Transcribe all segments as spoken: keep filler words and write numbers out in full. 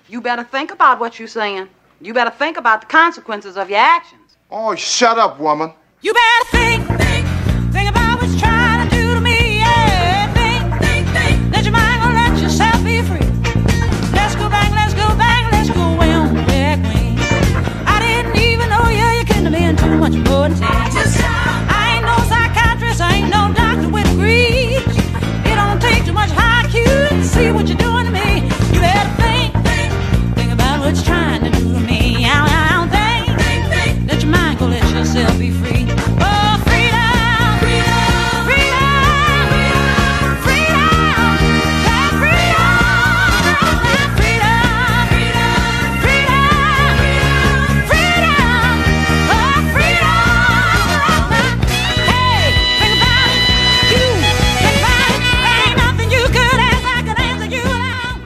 You better think about what you're saying. You better think about the consequences of your actions. Oh, shut up, woman. You better think, think, think about what you're trying to do to me. Yeah, think, think, think. Let your mind go, let yourself be free. Let's go back, let's go back, let's go way on back way. I didn't even know you, you couldn't have been too much more than I ain't no psychiatrist, I ain't no doctor with degrees. It don't take too much high Q to see what you're doing to me. You better think, think, think about what you're trying to do to me. I don't think, think, think. Let your mind go, let yourself be free. Oh, freedom, freedom, freedom, freedom, freedom, have freedom, have freedom, freedom, freedom, freedom, oh, freedom. Hey, think about it, you, think about it. There ain't nothing you could ask, I could answer you now.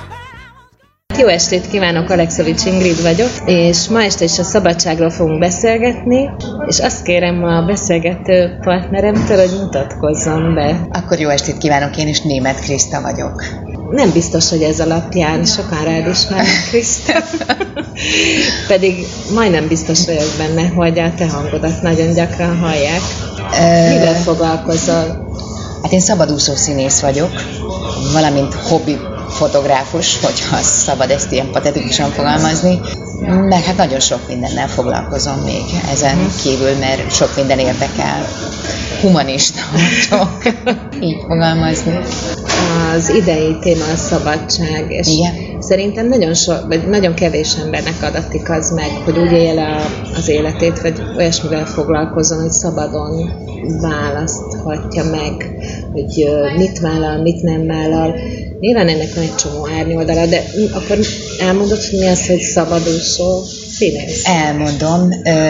Jó estét kívánok, Alexovics Ingrid vagyok, és ma este is a szabadságról fogunk beszélgetni, és azt kérem a beszélgető partneremtől, hogy mutatkozzon be. Akkor jó estét kívánok, én is Németh Kriszta vagyok. Nem biztos, hogy ez alapján sokan rád ismernek, Kriszta. Pedig majdnem biztos vagyok benne, hogy a te hangodat nagyon gyakran hallják. Mivel foglalkozol? Hát én szabadúszó színész vagyok, valamint hobbi fotográfus, hogyha szabad ezt ilyen patetikusan fogalmazni, meg hát nagyon sok mindennel foglalkozom még ezen kívül, mert sok minden érdekel. Humanista vagyok, így fogalmazni. Az idei téma a szabadság, és igen. Szerintem nagyon, so, vagy nagyon kevés embernek adatik az meg, hogy úgy élje le az életét, vagy olyasmivel foglalkozom, hogy szabadon választhatja meg, hogy mit vállal, mit nem vállal. Nyilván ennek van egy csomó árnyoldala, de akkor elmondod, hogy mi az, hogy szabadúszó színész? Elmondom.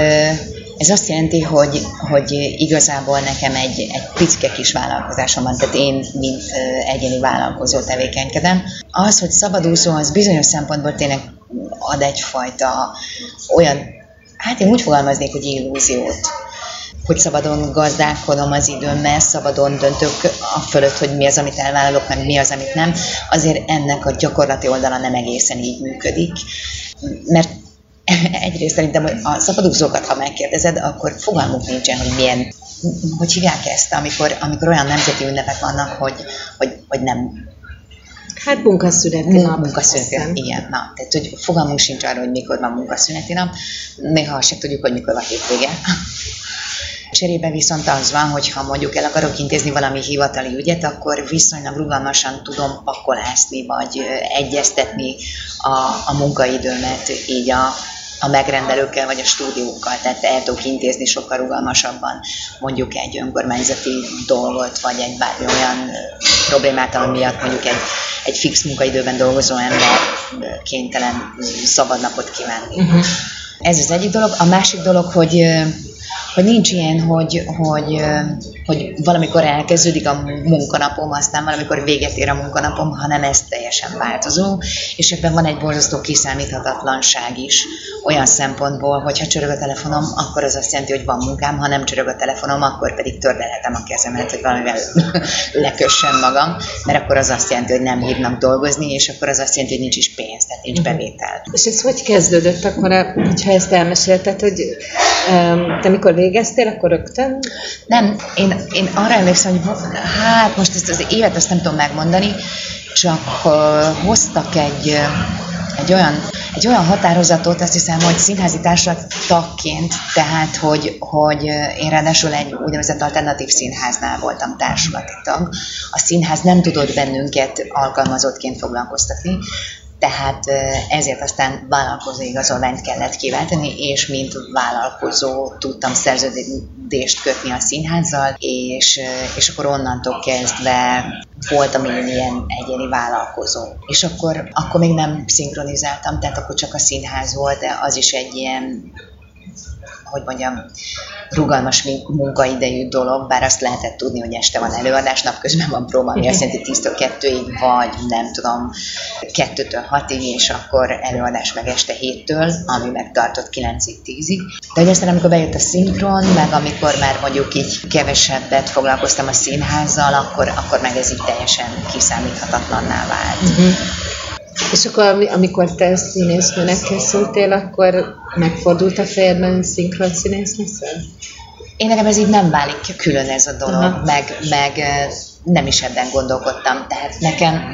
Ez azt jelenti, hogy, hogy igazából nekem egy, egy picike kis vállalkozásom van, tehát én, mint egyéni vállalkozó tevékenykedem. Az, hogy szabadúszó, az bizonyos szempontból tényleg ad egyfajta olyan, hát én úgy fogalmaznék, hogy illúziót, hogy szabadon gazdálkodom az időmmel, szabadon döntök a fölött, hogy mi az, amit elvállalok, meg mi az, amit nem. Azért ennek a gyakorlati oldala nem egészen így működik, mert egyrészt szerintem, hogy a szabadúszókat, ha megkérdezed, akkor fogalmuk nincsen, hogy milyen, hogy hívják ezt, amikor, amikor olyan nemzeti ünnepek vannak, hogy, hogy, hogy nem... Hát munkaszüneti nap. Munkaszüneti nap, igen. Na, tehát, hogy fogalmunk sincs arra, hogy mikor van munkaszüneti nap, néha azt sem tudjuk, hogy mikor van hétvége. Cserébe viszont az van, hogy ha mondjuk el akarok intézni valami hivatali ügyet, akkor viszonylag rugalmasan tudom pakolászni, vagy egyeztetni a, a munkaidőmet így a, a megrendelőkkel, vagy a stúdiókkal, tehát el tudok intézni sokkal rugalmasabban mondjuk egy önkormányzati dolgot, vagy egy bármi olyan problémát, ami miatt mondjuk egy, egy fix munkaidőben dolgozó ember kénytelen szabadnapot kívánni. Uh-huh. Ez az egyik dolog. A másik dolog, hogy hogy nincs ilyen, hogy, hogy, hogy valamikor elkezdődik a munkanapom, aztán valamikor véget ér a munkanapom, hanem ez teljesen változó, és ebben van egy borzasztó kiszámíthatatlanság is, olyan szempontból, hogy ha csörög a telefonom, akkor az azt jelenti, hogy van munkám, ha nem csörög a telefonom, akkor pedig tördelhetem a kezemet, hogy valamivel lekössem magam, mert akkor az azt jelenti, hogy nem hívnak dolgozni, és akkor az azt jelenti, hogy nincs is pénz, tehát nincs bevétel. És ez hogy kezdődött akkor, hogyha ezt elmesélted, hogy te mikor végeztél, akkor rögtön? Nem, én, én arra emlékszem, hogy hát most ezt az évet azt nem tudom megmondani, csak uh, hoztak egy, egy, olyan, egy olyan határozatot, azt hiszem, hogy színházi társulat tagként, tehát, hogy, hogy én ráadásul egy úgynevezett alternatív színháznál voltam társulati tag. A színház nem tudott bennünket alkalmazottként foglalkoztatni, tehát ezért aztán vállalkozó igazolványt kellett kiváltani, és mint vállalkozó tudtam szerződést kötni a színházzal, és, és akkor onnantól kezdve voltam én ilyen egyéni vállalkozó. És akkor, akkor még nem szinkronizáltam, tehát akkor csak a színház volt, de az is egy ilyen, hogy mondjam, rugalmas munkaidejű dolog, bár azt lehetett tudni, hogy este van előadás, napközben van próba, ami azt jelenti tíztől kettőig, vagy nem tudom, kettőtől hatig, és akkor előadás meg este héttől, ami megtartott kilencig, tízig. De hogy aztán, amikor bejött a szinkron, meg amikor már mondjuk így kevesebbet foglalkoztam a színházzal, akkor, akkor meg ez így teljesen kiszámíthatatlanná vált. Uh-huh. És akkor amikor te színésznőnek készültél, akkor megfordult a fejedben szinkron színész leszel? Én nekem ez így nem válik ki külön ez a dolog, Aha. meg, meg nem is ebben gondolkodtam. Tehát nekem,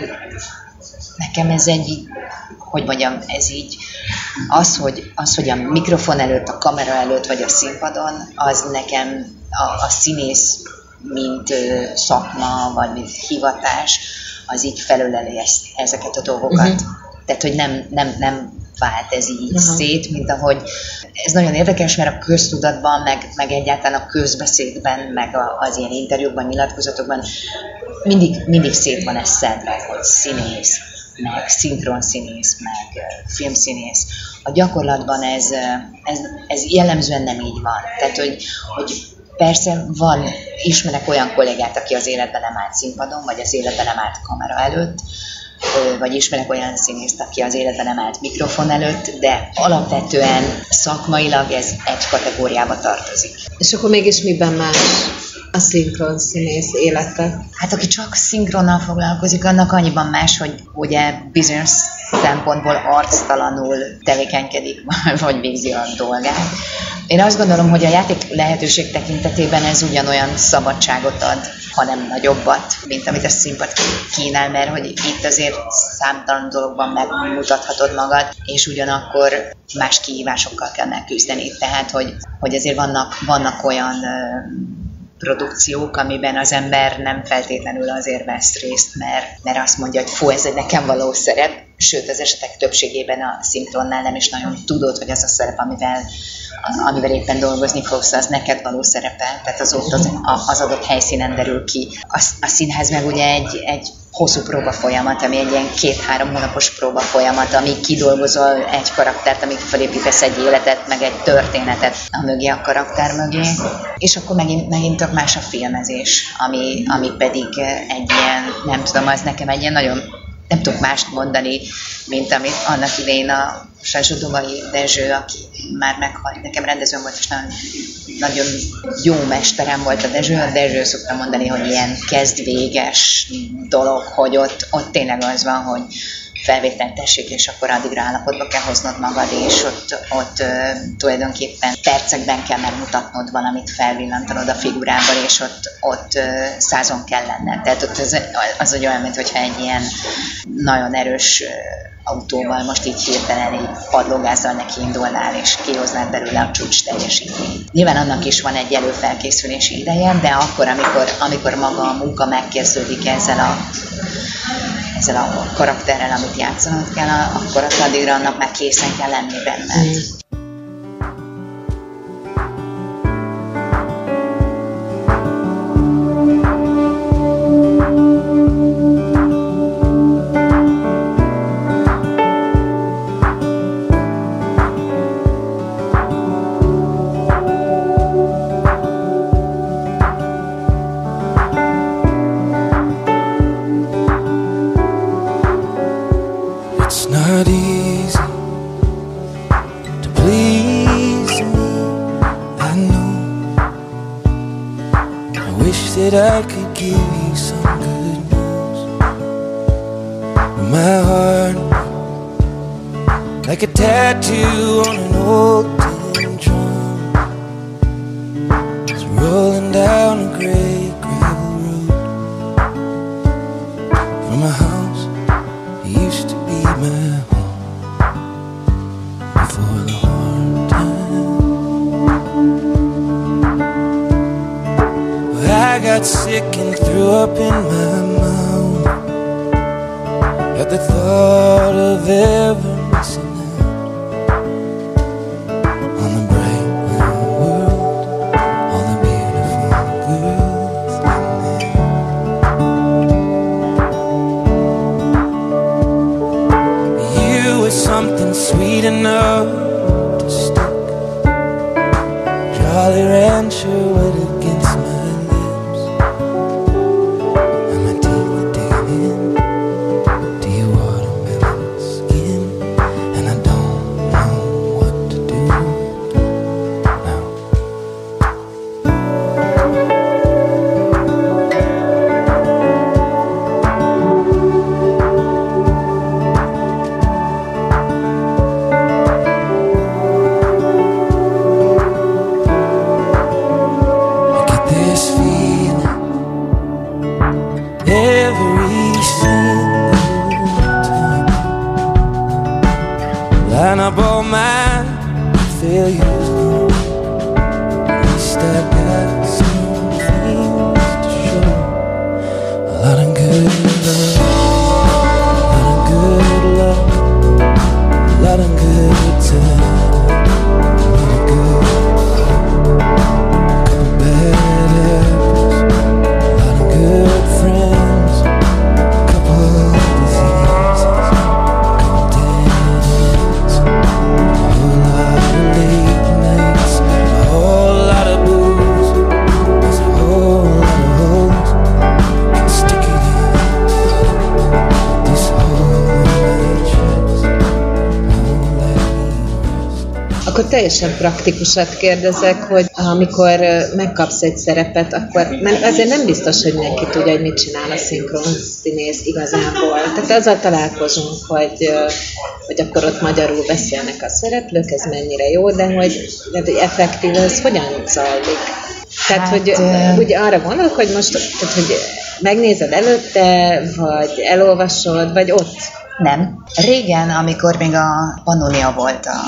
nekem ez egy, hogy mondjam, ez így, az hogy, az, hogy a mikrofon előtt, a kamera előtt, vagy a színpadon, az nekem a, a színész, mint ö, szakma, vagy mint hivatás, az így felöleli ezt, ezeket a dolgokat. Uh-huh. Tehát, hogy nem, nem, nem vált ez így uh-huh. szét, mint ahogy ez nagyon érdekes, mert a köztudatban, meg, meg egyáltalán a közbeszédben, meg a, az ilyen interjúkban, nyilatkozatokban mindig, mindig szét van ez szedve, hogy színész, meg szinkronszínész, meg uh, filmszínész. A gyakorlatban ez, ez, ez jellemzően nem így van. Tehát, hogy, hogy persze van, ismerek olyan kollégát, aki az életben nem állt színpadon, vagy az életben nem állt kamera előtt, vagy ismerek olyan színészt, aki az életben nem állt mikrofon előtt, de alapvetően szakmailag ez egy kategóriába tartozik. És akkor mégis miben más a szinkron színész élete? Hát aki csak szinkronnal foglalkozik, annak annyiban más, hogy ugye bizonyos szempontból arctalanul tevékenykedik, vagy végzi a dolgát. Én azt gondolom, hogy a játék lehetőség tekintetében ez ugyanolyan szabadságot ad, hanem nagyobbat, mint amit a színpad kínál, mert hogy itt azért számtalan dologban megmutathatod magad, és ugyanakkor más kihívásokkal kell megküzdeni. Tehát, hogy, hogy azért vannak, vannak olyan produkciók, amiben az ember nem feltétlenül azért vesz részt, mert, mert azt mondja, hogy fú, ez egy nekem való szerep, sőt az esetek többségében a szinkronnál nem is nagyon tudod, hogy az a szerep, amivel, amivel éppen dolgozni fogsz, az neked való szerepel, tehát az ott az, az adott helyszínen derül ki. A, a színház meg ugye egy, egy hosszú próba folyamat, ami egy ilyen két-három hónapos próba folyamat, amíg kidolgozol egy karaktert, amíg felépítesz egy életet, meg egy történetet a mögé, a karakter mögé, és akkor megint, megint tök más a filmezés, ami, ami pedig egy ilyen, nem tudom, az nekem egy ilyen nagyon, nem tudok mást mondani, mint amit annak idején a Sázsodobai Dezső, aki már meghalt, nekem rendezőm volt, és nagyon, nagyon jó mesterem volt a Dezső. A Dezső szokta mondani, hogy ilyen kezd-véges dolog, hogy ott, ott tényleg az van, hogy felvételt tessék, és akkor addigra állapotba kell hoznod magad, és ott, ott uh, tulajdonképpen percekben kell megmutatnod valamit, felvillantanod a figurában, és ott, ott uh, százon kell lenned. Tehát ott az, az olyan, mintha egy ilyen nagyon erős uh, autóval most így hirtelen így padlógázzal neki indulnál, és kihoznád belőle a csúcs teljesítményt. Nyilván annak is van egy előfelkészülési ideje, de akkor, amikor, amikor maga a munka megkezdődik ezzel a ezzel a karakterrel, amit játszanod kell, akkor addigra annak már készen kell lenni benned. Mm. I could give you some good news. My heart, like a tattoo on an old tin drum, it's rolling down a gray gravel road. From a house that used to be my home before the hard time. I got sick and threw up in my mouth at the thought of ever missing out on the bright new world, all the beautiful girls in there. You were something sweet enough to stick, Jolly Rancher with against my still use them. At least I got some things to show. A lot of good love, a lot of good love, a lot of good time, a lot of good, couple bad apples, a lot of good friends, couple diseases, couple dead ends, a whole lot of late nights, a whole lot of booze, there's a whole lot of holes can stick it in. This hole in my chest won't let me rest. Akkor teljesen praktikusat kérdezek, hogy amikor megkapsz egy szerepet, akkor mert azért nem biztos, hogy mindenki tudja, hogy mit csinál a szinkronszínész igazából. Tehát azzal találkozunk, hogy, hogy akkor ott magyarul beszélnek a szereplők, ez mennyire jó, de hogy, de hogy effektív ez hogyan zajlik? Tehát, hát, hogy uh... ugye arra gondolok, hogy most tehát, hogy megnézed előtte, vagy elolvasod, vagy ott? Nem. Régen, amikor még a Pannonia volt a,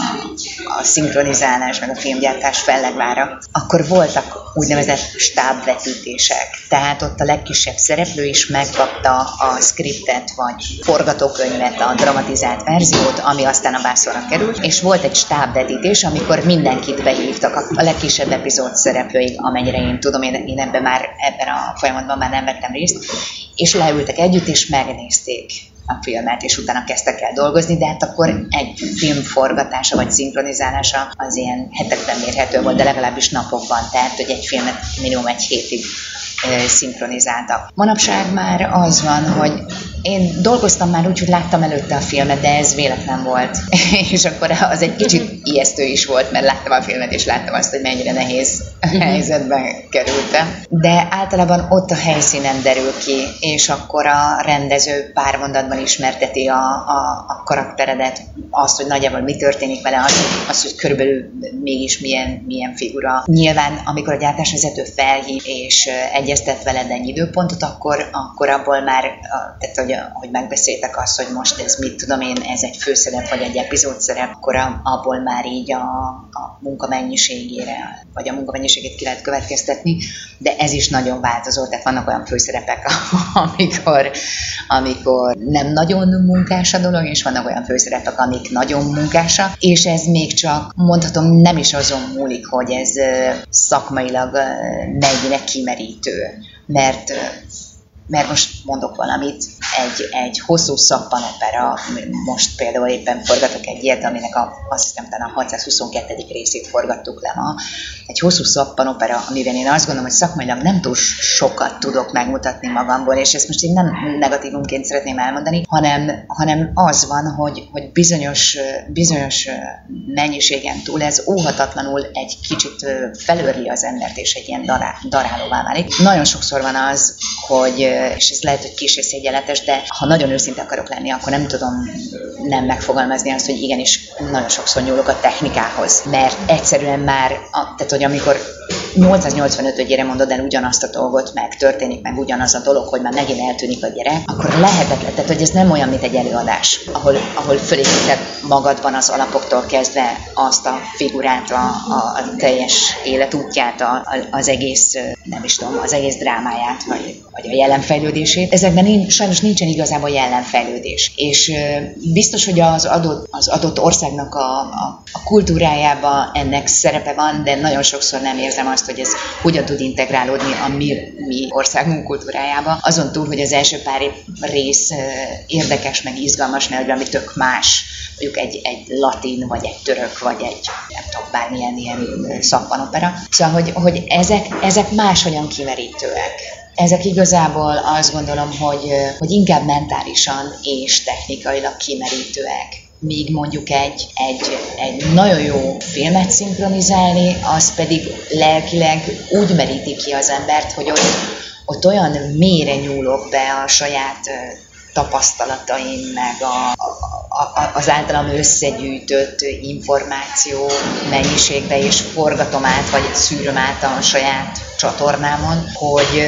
a szinkronizálás, meg a filmgyártás fellegvára, akkor voltak úgynevezett stábvetítések. Tehát ott a legkisebb szereplő is megkapta a skriptet, vagy forgatókönyvet, a dramatizált verziót, ami aztán a vászonra került, és volt egy stábvetítés, amikor mindenkit behívtak, a legkisebb epizód szereplőig, amennyire én tudom, én, én ebben már ebben a folyamatban már nem vettem részt, és leültek együtt, és megnézték a filmet, és utána kezdtek el dolgozni, de hát akkor egy film forgatása vagy szinkronizálása az ilyen hetekben mérhető volt, de legalábbis napokban, tehát hogy egy filmet minimum egy hétig e, szinkronizáltak. Manapság már az van, hogy én dolgoztam már úgy, hogy láttam előtte a filmet, de ez véletlen volt. És akkor az egy kicsit ijesztő is volt, mert láttam a filmet, és láttam azt, hogy mennyire nehéz helyzetben kerültem. De általában ott a helyszínen derül ki, és akkor a rendező pár mondatban ismerteti a, a, a karakteredet, azt, hogy nagyjából mi történik vele, azt, az, hogy körülbelül mégis milyen, milyen figura. Nyilván, amikor a gyártásvezető felhív és egyeztet veled egy időpontot, akkor, akkor abból már, tehát, hogy, hogy megbeszéltek azt, hogy most ez mit tudom én, ez egy főszerep vagy egy epizódszerep, akkor abból már így a, a munkamennyiségére, vagy a munkamennyiségét ki lehet következtetni, de ez is nagyon változó, tehát vannak olyan főszerepek, amikor, amikor nem nagyon munkás a dolog, és vannak olyan főszerepek, amik nagyon munkásak, és ez még csak, mondhatom, nem is azon múlik, hogy ez szakmailag mennyire kimerítő, mert mert most mondok valamit, egy, egy hosszú szappanopera, most például éppen forgatok egy ilyet, aminek a, azt hiszem, talán a hatszázhuszonkettő részét forgattuk le ma. Egy hosszú szappanopera, amiben én azt gondolom, hogy szakmailag nem túl sokat tudok megmutatni magamból, és ezt most én nem negatívumként szeretném elmondani, hanem, hanem az van, hogy, hogy bizonyos, bizonyos mennyiségen túl ez óhatatlanul egy kicsit felőrli az embert, és egy ilyen dará, darálóvá válik. Nagyon sokszor van az, hogy és ez lehet, hogy kissé szégyenletes, de ha nagyon őszinte akarok lenni, akkor nem tudom nem megfogalmazni azt, hogy igenis nagyon sokszor nyúlok a technikához, mert egyszerűen már, tehát hogy amikor nyolcszáznyolcvanötödjére mondod el ugyanazt a dolgot, meg történik meg ugyanaz a dolog, hogy már megint eltűnik a gyerek, akkor lehetetlen, tehát hogy ez nem olyan, mint egy előadás, ahol, ahol fölépíted magadban az alapoktól kezdve azt a figurát, a, a, a teljes életútját, a, a, az egész, nem is tudom, az egész drámáját, vagy, vagy a jelenfejlődését. Ezekben nincs, sajnos nincsen igazából jelenfejlődés. És biztos, hogy az adott, az adott országnak a, a, a kultúrájában ennek szerepe van, de nagyon sokszor nem érzem azt, hogy ez hogyan tud integrálódni a mi, mi országunk kultúrájába. Azon túl, hogy az első pár rész érdekes, meg izgalmas, mert valami tök más, mondjuk egy, egy latin, vagy egy török, vagy egy, nem tudom, bármilyen ilyen szappanopera. Szóval, hogy, hogy ezek, ezek máshogyan kimerítőek. Ezek igazából azt gondolom, hogy, hogy inkább mentálisan és technikailag kimerítőek. Míg mondjuk egy, egy, egy nagyon jó filmet szinkronizálni, az pedig lelkileg úgy meríti ki az embert, hogy ott, ott olyan mélyre nyúlok be a saját tapasztalataim, meg a, a, a, az általam összegyűjtött információ mennyiségbe, és forgatom át, vagy szűröm át a saját csatornámon, hogy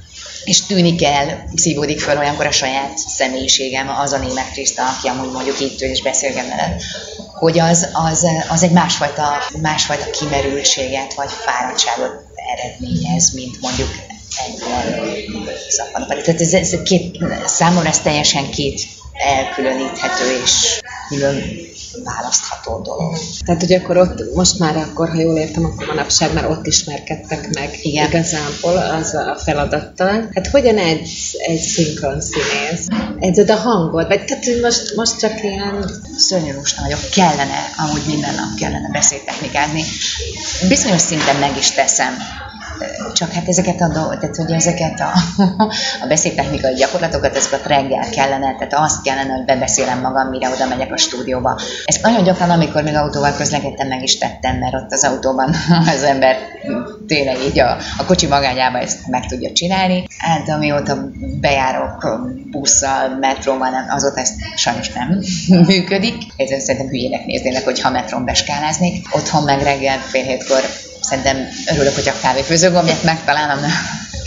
és tűnik el, szívódik föl olyankor a saját személyiségem, az a Németh Kriszta, aki amúgy mondjuk itt ül és beszélget veled, hogy az, az, az egy másfajta, másfajta kimerültséget vagy fáradtságot eredményez, mint mondjuk egy ilyen szappanapari. Tehát ez, ez két, számomra ez teljesen két elkülöníthető és külön választható dolog. Tehát, hogy akkor ott, most már akkor, ha jól értem, akkor manapság már ott ismerkedtek meg igen. igazából az a feladattal. Hát hogyan egy, egy szinkron színész? Edzed a hangod? Vagy tehát, hogy most, most csak ilyen... Szörnyű lusta vagyok. Kellene, amúgy minden nap kellene beszédtechnikázni. Bizonyos szinten meg is teszem. Csak hát ezeket a dolgokat, tehát hogy ezeket a, a beszédtechnikai gyakorlatokat, ezeket reggel kellene, tehát azt kellene, hogy bebeszélem magam, mire oda megyek a stúdióba. Ezt nagyon gyakran, amikor még autóval közlekedtem, meg is tettem, mert ott az autóban az ember tényleg így a, a kocsi magányában ezt meg tudja csinálni. Hát amióta bejárok busszal, metróval, azóta ezt sajnos nem működik. Ezért szerintem hülyének néznének, hogyha metrón beskáláznék. Otthon meg reggel fél hétkor szerintem örülök, hogy a kávéfőzőgombját megtalálom, nem,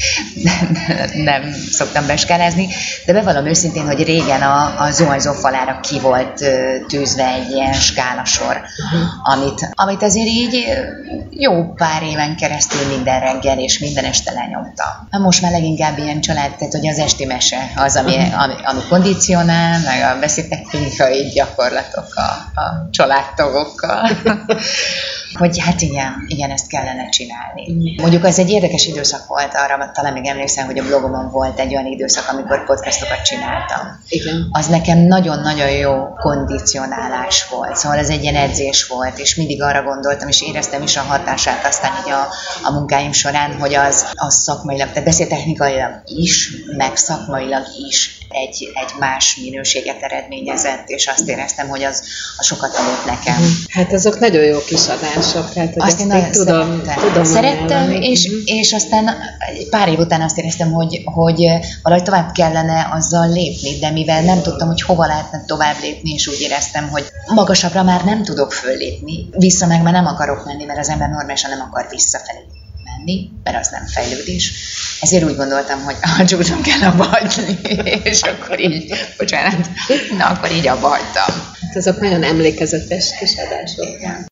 nem, nem szoktam beskálázni, de bevallom őszintén, hogy régen a, a zuhanyzó falára ki volt tűzve egy ilyen skálasor, amit, amit azért így jó pár éven keresztül minden reggel és minden este lenyomtam. Most már leginkább ilyen család, tehát hogy az esti mese az, ami, ami, ami kondicionál, meg a beszédtechnikai gyakorlatok a, a családtagokkal. Hogy hát igen, igen, ezt kellene csinálni. Mondjuk az egy érdekes időszak volt, arra talán még emlékszem, hogy a blogomon volt egy olyan időszak, amikor podcastokat csináltam. Igen. Az nekem nagyon-nagyon jó kondicionálás volt, szóval ez egy ilyen edzés volt, és mindig arra gondoltam, és éreztem is a hatását aztán így a, a munkáim során, hogy az, az szakmailag, tehát beszédtechnikailag is, meg szakmailag is egy, egy más minőséget eredményezett, és azt éreztem, hogy az, az sokat adott nekem. Hát azok nagyon jó kis adások, tehát hogy azt én nagyon tudom, szerettem, tudom szerettem és, és aztán pár év után azt éreztem, hogy, hogy valahogy tovább kellene azzal lépni, de mivel nem tudtam, hogy hova lehetne tovább lépni, és úgy éreztem, hogy magasabbra már nem tudok föllépni, vissza meg már nem akarok menni, mert az ember normálisan nem akar visszafelé menni, mert az nem fejlődés. Ezért úgy gondoltam, hogy a csúcson kell abba hagyni, és akkor így, bocsánat, na akkor így abba hagytam. Hát azok nagyon emlékezetes kis adások. Igen.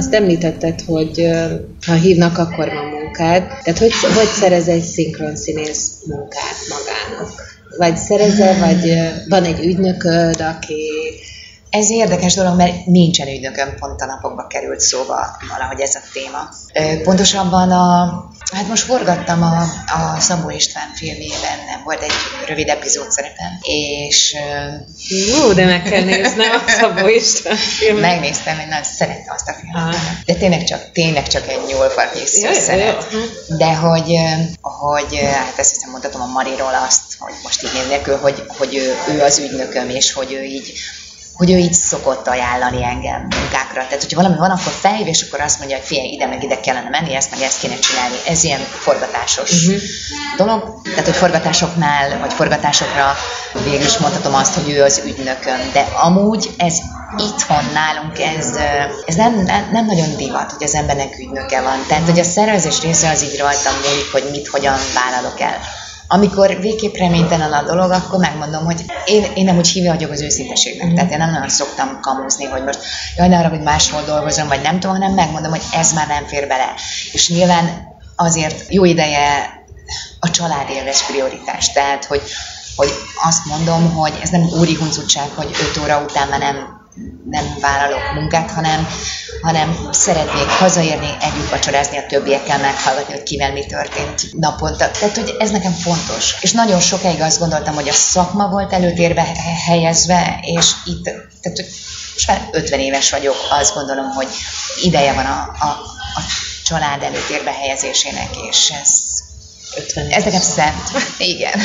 azt említetted, hogy ha hívnak, akkor van munkád. Tehát hogy, hogy szerez egy szinkronszínész munkát magának? Vagy szerezel, vagy van egy ügynököd, aki... Ez érdekes dolog, mert nincsen ügynököm, pont a napokba került szóba valahogy ez a téma. Pontosabban a... Hát most forgattam a, a Szabó István filmjében, nem volt egy rövid epizód szerepem, és... Ú, de meg kell néznem a Szabó István filmet. Megnéztem, én nagyon szerettem azt a filmet. De tényleg csak, tényleg csak egy nyúlfarki szösszenet. De hogy, hogy, hát ezt hiszem mondhatom a Mariról azt, hogy most így név nélkül, hogy, hogy ő, ő az ügynököm, és hogy ő így hogy ő így szokott ajánlani engem munkákra. Tehát, hogyha valami van, akkor felhív, és akkor azt mondja, hogy figyelj, ide meg ide kellene menni, ezt meg ezt kéne csinálni. Ez ilyen forgatásos uh-huh. dolog. Tehát, hogy forgatásoknál, vagy forgatásokra végül is mondhatom azt, hogy ő az ügynököm. De amúgy ez itthon nálunk, ez, ez nem, nem, nem nagyon divat, hogy az embernek ügynöke van. Tehát, hogy a szervezés része az így rajtam múlik, hogy mit, hogyan vállalok el. Amikor végképp reménytelen a dolog, akkor megmondom, hogy én, én nem úgy hívja vagyok az őszinteségnek. Mm. Tehát én nem nagyon szoktam kamuzni, hogy most jaj, ne arra, hogy máshol dolgozom, vagy nem tudom, hanem megmondom, hogy ez már nem fér bele. És nyilván azért jó ideje a család élvez prioritás. Tehát, hogy, hogy azt mondom, hogy ez nem úri huncutság, hogy öt óra után már nem nem vállalok munkát, hanem, hanem szeretnék hazaérni, együtt vacsorázni a többiekkel, meghallgatni, hogy kivel mi történt naponta. Tehát, hogy ez nekem fontos. És nagyon sokáig azt gondoltam, hogy a szakma volt előtérbe helyezve, és itt, tehát, hogy most már ötven éves vagyok, azt gondolom, hogy ideje van a, a, a család előtérbe helyezésének, és ez ez nekem szent. Igen.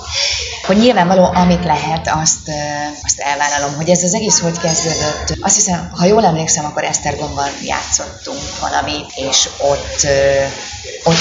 Hogy nyilvánvaló, amit lehet, azt, azt elvállalom, hogy ez az egész hogy kezdődött. Azt hiszem, ha jól emlékszem, akkor Esztergomban játszottunk valamit, és ott, ott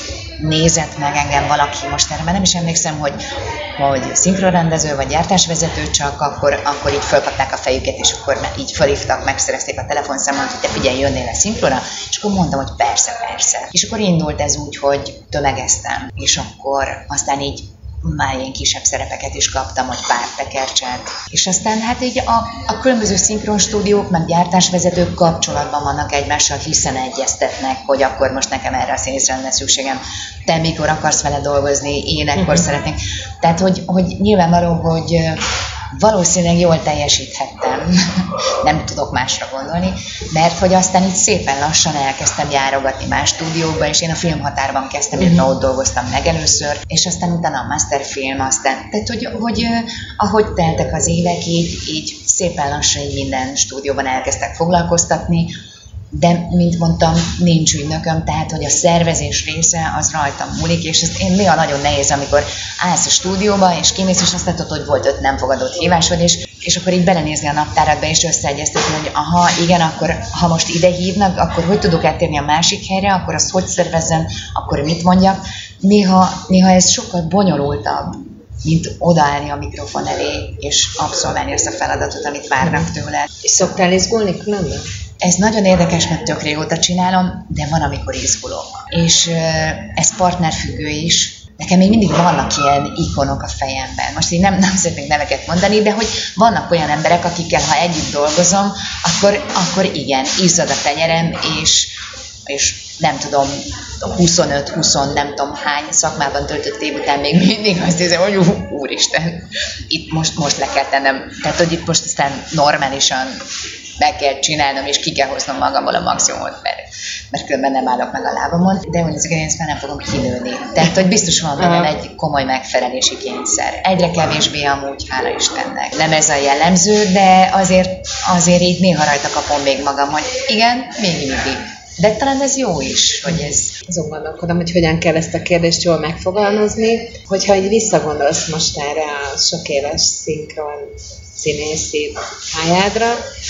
nézett meg engem valaki, most erre már nem is emlékszem, hogy, hogy szinkronrendező vagy gyártásvezető, csak akkor, akkor így fölkapták a fejüket, és akkor így fölhívtak, megszerezték a telefonszámot, hogy te figyelj, jönnél a szinkronra, és akkor mondtam, hogy persze, persze. És akkor indult ez úgy, hogy tömegeztem, és akkor aztán így már ilyen kisebb szerepeket is kaptam, hogy pár tekercsek. És aztán hát így a, a különböző szinkronstúdiók, meg gyártásvezetők kapcsolatban vannak egymással, hiszen egyeztetnek, hogy akkor most nekem erre a színészre lenne szükségem, te mikor akarsz vele dolgozni, én ekkor uh-huh. szeretnék. Tehát, hogy, hogy nyilvánvaló, hogy valószínűleg jól teljesíthettem, nem tudok másra gondolni, mert hogy aztán így szépen lassan elkezdtem járogatni más stúdiókba, és én a Filmhatárban kezdtem, mm-hmm. illetve ott dolgoztam meg először, és aztán utána a Masterfilm, aztán, tehát hogy, hogy ahogy teltek az évek, így, így szépen lassan így minden stúdióban elkezdtek foglalkoztatni, de, mint mondtam, nincs ügynököm, tehát, hogy a szervezés része az rajtam múlik, és ez én néha nagyon nehéz, amikor állsz a stúdióba, és kimész, és azt látod, hogy volt öt nem fogadott hívásod, és, és akkor így belenézni a naptáradba, és összeegyeztetni, hogy aha, igen, akkor ha most ide hívnak, akkor hogy tudok eltérni a másik helyre, akkor azt hogy szervezzem, akkor mit mondjak. Néha, néha ez sokkal bonyolultabb, mint odaállni a mikrofon elé, és abszolválni azt a feladatot, amit várnak tőle. És szoktál izgulni különben? Ez nagyon érdekes, mert tök régóta csinálom, de van, amikor izgulok. És ez partnerfüggő is. Nekem még mindig vannak ilyen ikonok a fejemben. Most így nem, nem szeretnék neveket mondani, de hogy vannak olyan emberek, akikkel, ha együtt dolgozom, akkor, akkor igen, izzad a tenyerem, és, és nem tudom, huszonöt húsz nem tudom hány szakmában töltött év után még mindig azt hiszem, hogy úristen, itt most, most le kell tennem. Tehát, hogy itt most aztán normálisan meg kell csinálnom, és ki kell hoznom magamból a maximumot, mert, mert különben nem állok meg a lábamon, de hogy ezeket én ezt már nem fogom kinőni. Tehát, hogy biztos van bennem egy komoly megfelelési kényszer. Egyre kevésbé amúgy, hála Istennek. Nem ez a jellemző, de azért, azért így néha rajta kapom még magam, hogy igen, még mindig. De talán ez jó is, hogy ez... Azon gondolkodom, hogy hogyan kell ezt a kérdést jól megfogalmazni, hogyha így visszagondolsz most erre a sok éves szinkron színészi pályádra,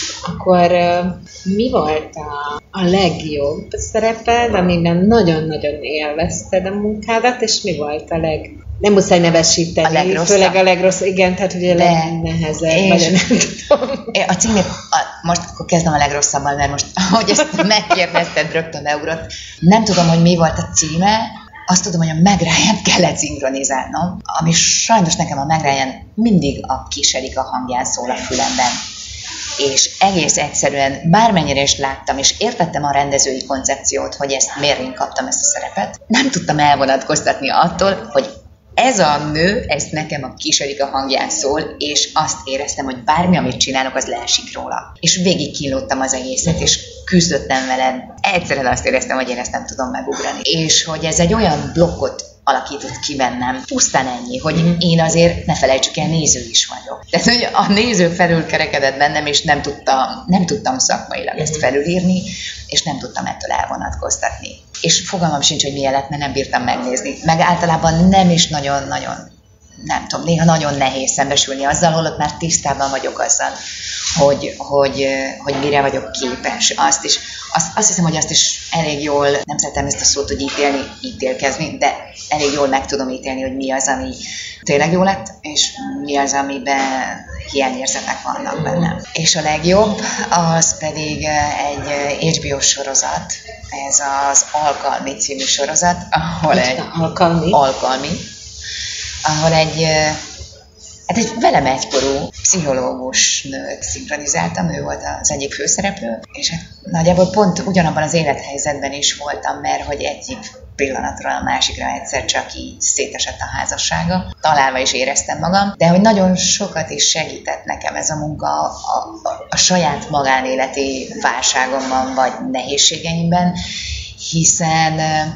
akkor uh, mi volt a, a legjobb szereped, amiben nagyon-nagyon élvezted a munkádat, és mi volt a leg... Nem muszáj nevesíteni, a legrosszabb. Főleg a legrosszabb, igen, tehát ugye a legnehezebb, vagy nem tudom. A címét, a, most akkor kezdem a legrosszabbal, mert most, ahogy ezt megkérdezted, rögtön beugrott. Nem tudom, hogy mi volt a címe, azt tudom, hogy a Meg Ryan-t kellett szinkronizálnom, ami sajnos nekem a Meg Ryan mindig a Kiserik a hangján szól a fülemben. és egész egyszerűen bármennyire is láttam, és értettem a rendezői koncepciót, hogy ezt miért én kaptam ezt a szerepet, nem tudtam elvonatkoztatni attól, hogy ez a nő, ez nekem a Kis Erika hangján szól, és azt éreztem, hogy bármi, amit csinálok, az leesik róla. És végig kínlódtam az egészet, és küzdöttem veled. Egyszerűen azt éreztem, hogy én ezt nem tudom megugrani. És hogy ez egy olyan blokkot alakított ki bennem. Pusztán ennyi, hogy én azért, ne felejtsük el, néző is vagyok. Tehát, hogy a néző felül kerekedett bennem, és nem tudtam, nem tudtam szakmailag ezt felülírni, és nem tudtam ettől elvonatkoztatni. És fogalmam sincs, hogy milyen lett, mert nem bírtam megnézni. Meg általában nem is nagyon-nagyon, nem tudom, néha nagyon nehéz szembesülni azzal, holott már tisztában vagyok azzal, hogy, hogy, hogy mire vagyok képes. Azt is, azt, azt hiszem, hogy azt is elég jól, nem szeretem ezt a szót, hogy ítélni, ítélkezni, de elég jól meg tudom ítélni, hogy mi az, ami tényleg jó lett, és mi az, amiben hiányérzetek vannak bennem. És a legjobb, az pedig egy há bé ó sorozat, ez az Alkalmi című sorozat, ahol Mit egy... Alkalmi? Alkalmi. Ahol egy, hát egy velem egykorú pszichológus nőt szinkronizáltam, ő volt az egyik főszereplő, és hát nagyjából pont ugyanabban az élethelyzetben is voltam, mert hogy egyik pillanatról a másikra egyszer csak így szétesett a házassága. Találva is éreztem magam, de hogy nagyon sokat is segített nekem ez a munka a, a, a saját magánéleti válságomban, vagy nehézségeimben, hiszen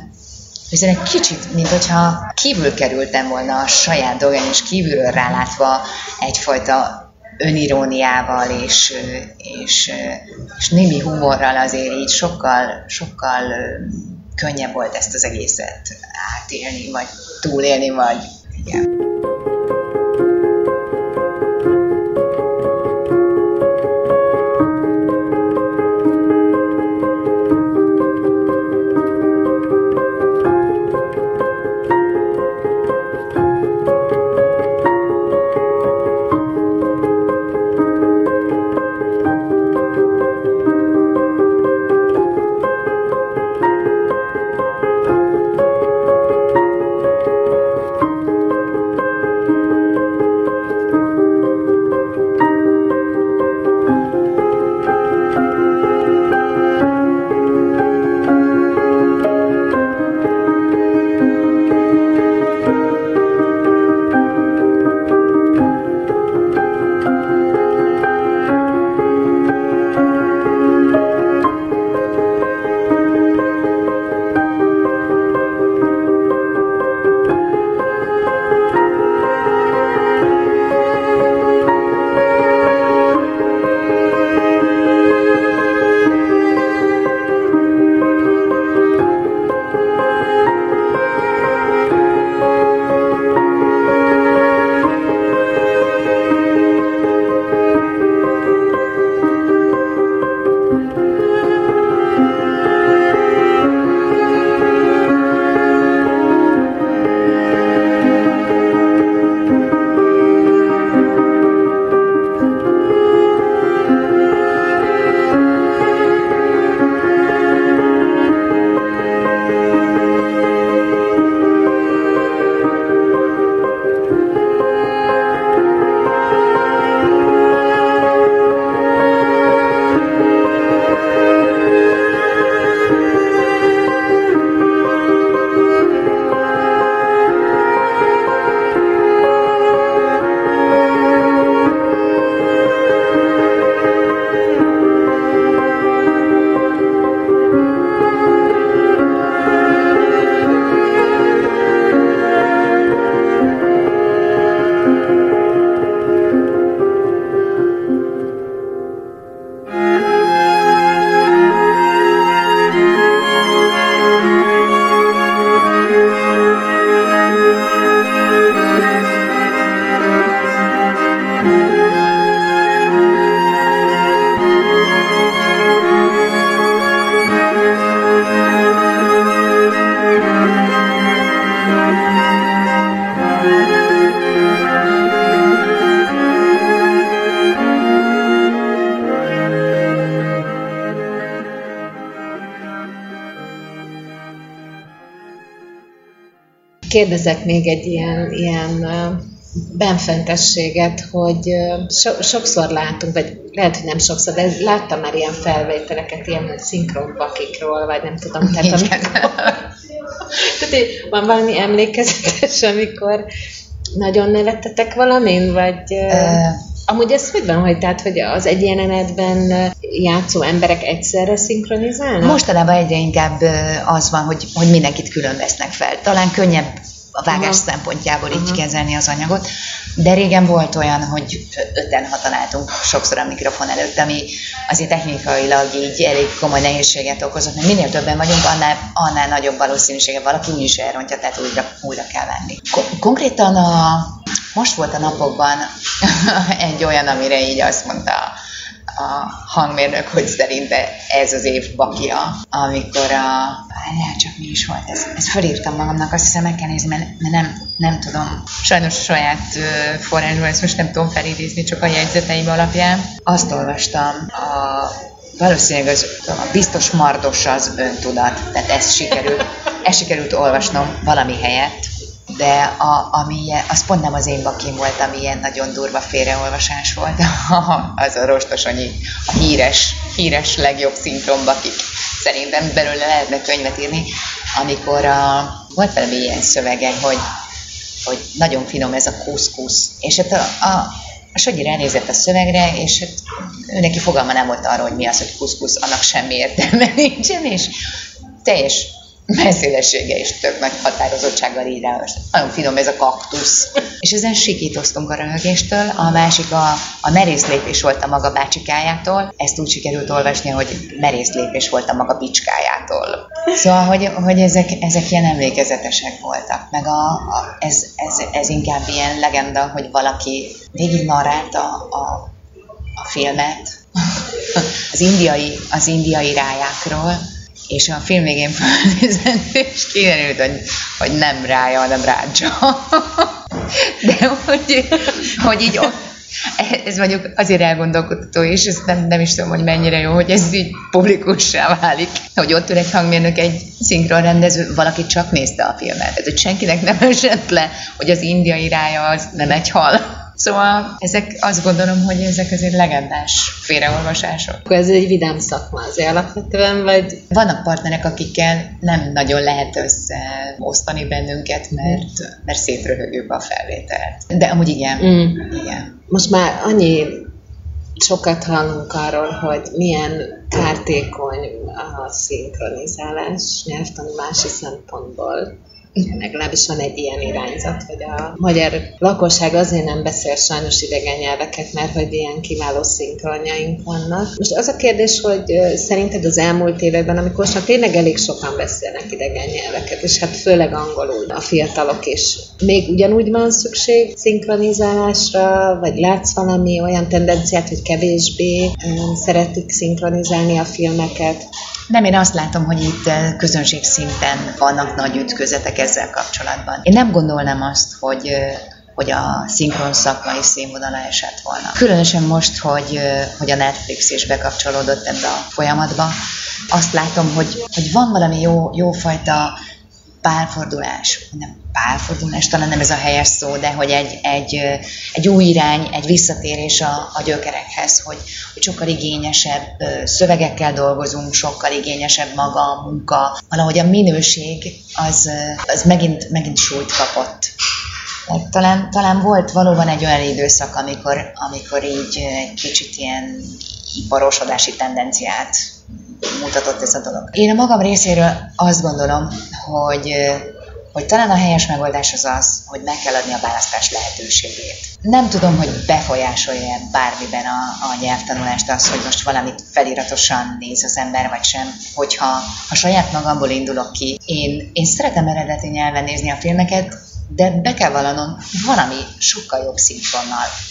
hiszen egy kicsit, mint hogyha kívül kerültem volna a saját dolgán, és kívülről rálátva egyfajta öniróniával és, és, és némi humorral azért így sokkal, sokkal könnyebb volt ezt az egészet átélni, vagy túlélni, vagy igen. Kérdezek még egy ilyen, ilyen benfentességet, hogy so- sokszor látunk, vagy lehet, hogy nem sokszor, de láttam már ilyen felvételeket, ilyen szinkronbakikról, vagy nem tudom, tehát amikor... Tehát van valami emlékezetes, amikor nagyon nevettetek valamin, vagy... Uh... Amúgy ez hogy van, hogy, tehát, hogy az egy jelenetben játszó emberek egyszerre szinkronizálnak? Mostanában egyre inkább az van, hogy, hogy mindenkit külön vesznek fel. Talán könnyebb a vágás uh-huh. szempontjából így uh-huh. kezelni az anyagot, de régen volt olyan, hogy öten hatan álltunk sokszor a mikrofon előtt, ami azért technikailag így elég komoly nehézséget okozott, mert minél többen vagyunk, annál, annál nagyobb valószínűsége valaki úgyis elrontja, tehát újra, újra kell venni. Ko- konkrétan a, most volt a napokban egy olyan, amire így azt mondta a hangmérnök, hogy szerinte ez az év bakja, amikor a... Lehet csak mi is volt ez. Ezt felírtam magamnak, azt hiszem meg kell nézni, mert, mert nem, nem tudom. Sajnos saját uh, forrásból ezt most nem tudom felidézni, csak a jegyzeteim alapján. Azt olvastam, a, valószínűleg az, a biztos mardos az öntudat, tehát ezt sikerült, ezt sikerült olvasnom valami helyett, de a, ami, az pont nem az én bakim volt, ami ilyen nagyon durva félreolvasás volt, az a Rostosonyi, a híres, híres legjobb szinkron bakik. Szerintem belőle lehetne könyvet írni, amikor a, volt valami ilyen szövege, hogy, hogy nagyon finom ez a kuszkusz. És hát a, a, a Sogyi ránézett a szövegre, és hát ő neki fogalma nem volt arról, hogy mi az, hogy kuszkusz, annak semmi értelme nincsen, és teljes messzélessége és tök nagy határozottsággal így rá, nagyon finom ez a kaktusz. És ezen sikítoztunk a röhögéstől, a másik a, a merész lépés volt a maga bácsikájától, ezt úgy sikerült olvasni, hogy merész lépés volt a maga bicskájától. Szóval, hogy, hogy ezek, ezek ilyen emlékezetesek voltak, meg a, a, ez, ez, ez inkább ilyen legenda, hogy valaki végig narrálta a, a, a filmet az indiai, az indiai rájákról, és a film végén felnézett, és kiderült, hogy, hogy nem rája, hanem rádzsa. De hogy, hogy így ott, ez mondjuk azért elgondolkodható, és ezt nem, nem is tudom, hogy mennyire jó, hogy ez így publikussá válik. Hogy ott ül egy hangmérnök, egy szinkronrendező, valaki csak nézte a filmet. Tehát, hogy senkinek nem esett le, hogy az indiai rája az nem egy hal. Szóval ezek, azt gondolom, hogy ezek azért legendás félreolvasások. Akkor ez egy vidám szakma azért alapvetően, vagy... Vannak partnerek, akikkel nem nagyon lehet összeosztani bennünket, mert, mert szétröhögőbb a felvételt. De amúgy igen, mm. igen. Most már annyi sokat hallunk arról, hogy milyen kártékony a szinkronizálás nyelvtanulási szempontból. Legalábbis van egy ilyen irányzat, hogy a magyar lakosság azért nem beszél sajnos idegen nyelveket, mert hogy ilyen kiváló szinkronjaink vannak. Most az a kérdés, hogy szerinted az elmúlt években, amikor most tényleg elég sokan beszélnek idegen nyelveket, és hát főleg angolul a fiatalok is, még ugyanúgy van szükség szinkronizálásra, vagy látsz valami olyan tendenciát, hogy kevésbé szeretik szinkronizálni a filmeket? Nem, én azt látom, hogy itt közönség szinten vannak nagy ütközetek ezzel kapcsolatban. Én nem gondolnám azt, hogy, hogy a szinkron szakmai színvonala esett volna. Különösen most, hogy, hogy a Netflix is bekapcsolódott ebbe a folyamatba, azt látom, hogy, hogy van valami jó, jófajta pálfordulás, nem pálfordulás, talán nem ez a helyes szó, de hogy egy, egy, egy új irány, egy visszatérés a, a gyökerekhez, hogy, hogy sokkal igényesebb szövegekkel dolgozunk, sokkal igényesebb maga a munka, valahogy a minőség az, az megint, megint súlyt kapott. Talán, talán volt valóban egy olyan időszak, amikor, amikor így egy kicsit ilyen iparosodási tendenciát mutatott ez a dolog. Én a magam részéről azt gondolom, hogy, hogy talán a helyes megoldás az az, hogy meg kell adni a választás lehetőségét. Nem tudom, hogy befolyásolja bármiben a, a nyelvtanulást az, hogy most valamit feliratosan néz az ember, vagy sem. Hogyha ha saját magamból indulok ki, én, én szeretem eredeti nyelven nézni a filmeket, de be kell vallanom, valami sokkal jobb szinkronnal.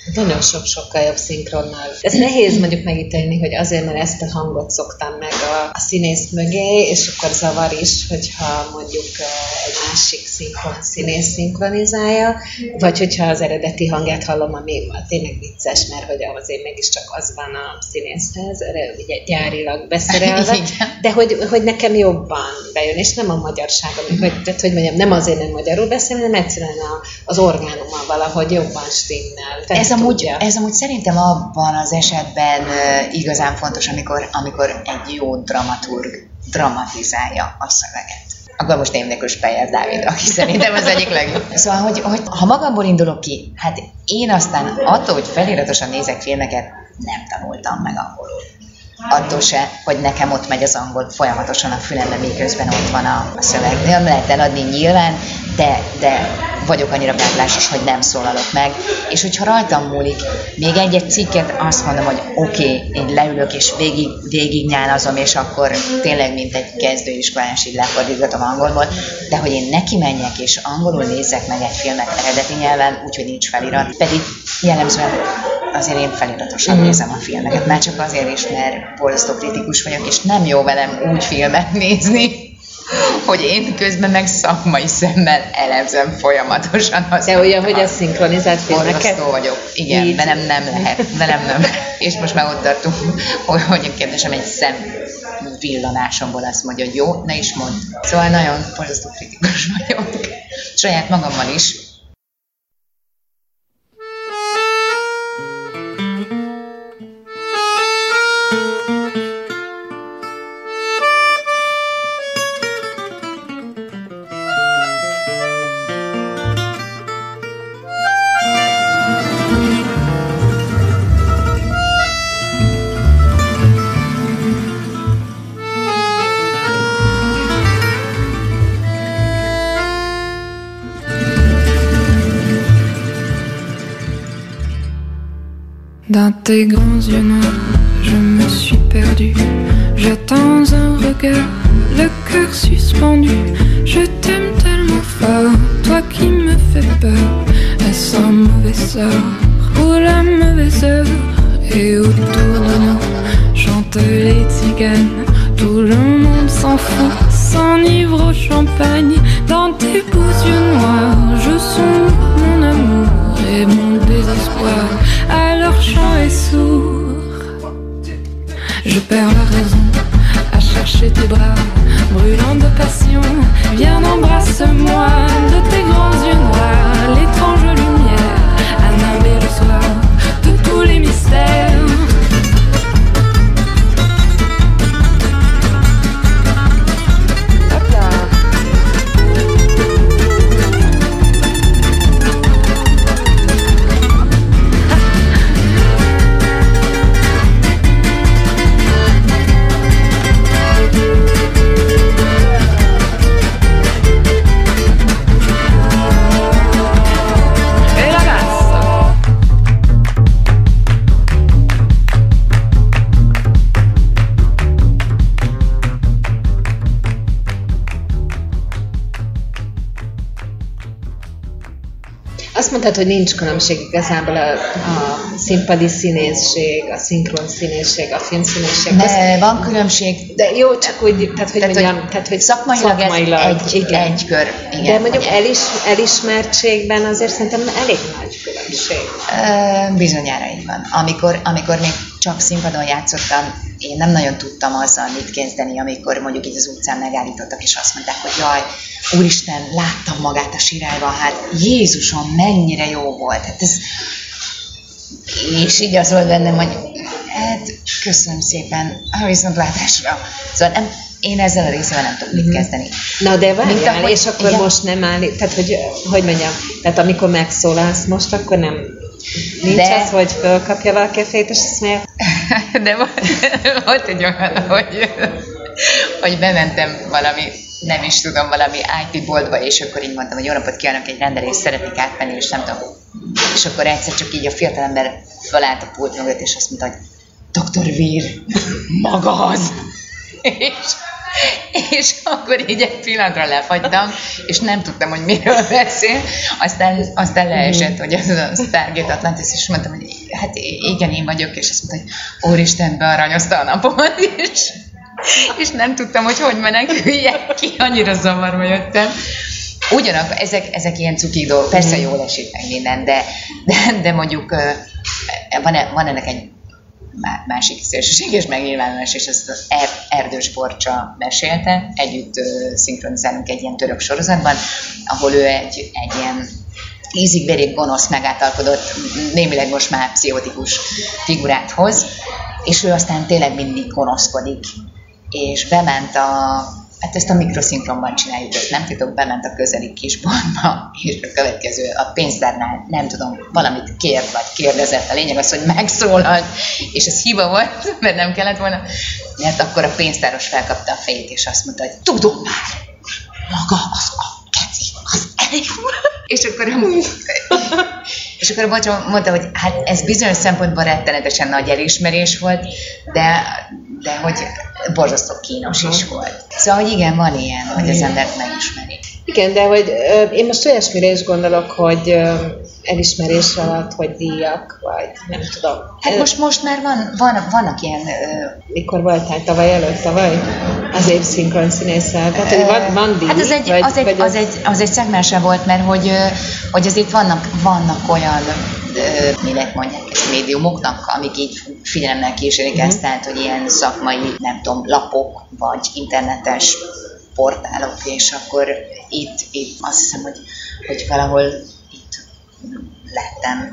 Nagyon sok sokkal jobb szinkronnal. Ez nehéz mondjuk megítélni, hogy azért, mert ezt a hangot szoktam meg a, a színész mögé, és akkor zavar is, hogyha mondjuk egy másik szinkron színész szinkronizálja, vagy hogyha az eredeti hangját hallom, ami tényleg vicces, mert hogy azért mégiscsak az van a színészhez, ugye gyárilag beszerelve, de hogy, hogy nekem jobban bejön, és nem a magyarságom, hogy, tehát, hogy mondjam, nem azért nem magyarul beszélni, hanem egyszerűen a, az orgánummal valahogy jobban stimmel. Ez amúgy, ez amúgy szerintem abban az esetben uh, igazán fontos, amikor, amikor egy jó dramaturg dramatizálja a szöveget. Akkor most én nélkül Speyer Dávid, aki szerintem az egyik legjobb. Szóval, hogy, hogy ha magamból indulok ki, hát én aztán attól, hogy feliratosan nézek filmeket, nem tanultam meg angolul. Attól se, hogy nekem ott megy az angol folyamatosan a fülembe, miközben ott van a, a szöveg. Nem lehet eladni nyilván, de, de vagyok annyira gátlásos, hogy nem szólalok meg. És hogyha rajtam múlik, még egy-egy cikket azt mondom, hogy oké, okay, én leülök és végig, végig nyálazom, és akkor tényleg mint egy kezdőiskolás így lefordítgatom angolból, de hogy én neki menjek és angolul nézzek meg egy filmet eredeti nyelven, úgyhogy nincs felirat. Pedig jellemzően azért én feliratosan mm-hmm. nézem a filmeket, már csak azért is, mert borzasztó kritikus vagyok, és nem jó velem úgy filmet nézni, hogy én közben meg szakmai szemmel elemzem folyamatosan. Az de olyan, hogy a szinkronizált filmeket? Borzasztó vagyok. Igen, így. velem nem lehet. Velem nem lehet. És most már ott tartunk, hogy, hogy kérdésem egy szem villanásomból azt mondja, hogy jó, ne is mondd. Szóval nagyon borzasztó kritikus vagyok. Saját magammal is. Dans tes grands yeux noirs, je me suis perdue. J'attends un regard, le cœur suspendu. Je t'aime tellement fort, toi qui me fais peur. Est-ce un mauvais sort ou la mauvaise heure? Et autour de nous chantent les tziganes. Tout le monde s'en fout, s'enivre au champagne. Dans tes beaux yeux noirs, je sonde mon amour et mon désespoir. À leur chant est sourd. Je perds la raison à chercher tes bras, brûlant de passion. Viens, embrasse-moi de tes grands yeux noirs. L'étrange lumière à nimber le soir de tous les mystères. Azt mondtad, hogy nincs különbség igazából a, a színpadi színészség, a szinkron színészség, a filmszínészség. De az, van különbség. De jó, csak úgy, tehát hogy, tehát, mondjam, hogy, tehát, hogy szakmailag, szakmailag ez egy, igen. egy kör. Igen, de mondjuk elis, elismertségben azért szerintem elég nagy különbség. Uh, bizonyára így van. Amikor, amikor még csak színpadon játszottam, én nem nagyon tudtam azzal mit kezdeni, amikor mondjuk így az utcán megállítottak, és azt mondták, hogy jaj, úristen, láttam magát a sirályban, hát Jézusom, mennyire jó volt. Hát ez... És így az volt bennem, hogy hát köszönöm szépen, a viszontlátásra. Szóval nem, én ezzel a részével nem tudok mit kezdeni. Na de várjál, ahogy, és akkor igen. most nem áll, tehát hogy, hogy mondjam, tehát amikor megszólalsz most, akkor nem nincs de... az, hogy fölkapja valaki a fejét, és azt mondja... De volt egy olyan, hogy, hogy bementem valami, nem is tudom, valami í té boltba, és akkor így mondtam, hogy jó napot kívánok, egy rendelést szeretnék átvenni, és nem tudom. És akkor egyszer csak így a fiatalember fölállt a pult mögött, és azt mondta, hogy doktor Vír, maga az. És És akkor így egy pillanatra lefagytam, és nem tudtam, hogy miről beszél. Aztán, aztán leesett, hogy az a Stargate Atlantis, és mondtam, hogy hát igen, én vagyok, és azt mondta, hogy Úristen, bearanyozta a napomat, és, és nem tudtam, hogy hogy meneküljek ki, annyira zavarba jöttem. Ugyanakkor ezek, ezek ilyen cukik dolgok, persze jól esik meg minden, de, de, de mondjuk van, van ennek egy másik szélsőséges megnyilvánulás, és ezt az er- Erdős Borcsa mesélte, együtt uh, szinkronizálunk egy ilyen török sorozatban, ahol ő egy, egy ilyen ízig-vérig gonosz, megáltalkodott, némileg most már pszichotikus figurát hoz, és ő aztán tényleg mindig gonoszkodik, és bement a hát ezt a mikroszinkronban csináljuk, nem titok, bement a közeli kisboltba, és a következő, a pénztárnál, nem tudom, valamit kért, vagy kérdezett, a lényeg az, hogy megszólalt, és ez hiba volt, mert nem kellett volna, mert akkor a pénztáros felkapta a fejét, és azt mondta, hogy tudom már, maga az a keci, az elég fura. És akkor, és akkor a Bocsa mondta, hogy hát ez bizonyos szempontból rettenetesen nagy elismerés volt, de, de hogy borzasztó kínos is volt. Szóval, hogy igen, van ilyen, hogy az embert megismeri. Igen, de hogy ö, én most olyasmire is gondolok, hogy ö, elismerés alatt, hogy díjak, vagy nem tudom. Hát most, most már van, van, vannak ilyen... Ö, mikor voltál? Tavaly előtt? Tavaly? Az év szinkron színészel. Tehát, hogy van, van díj? Hát az egy, vagy, az, egy, vagy az, egy, az egy szegmense volt, mert hogy, hogy azért vannak, vannak olyan, minek mondják ezt, médiumoknak, amik így figyelemmel kísérik ezt, tehát, hogy ilyen szakmai, nem tudom, lapok, vagy internetes portálok, és akkor itt, itt azt hiszem, hogy, hogy valahol itt lettem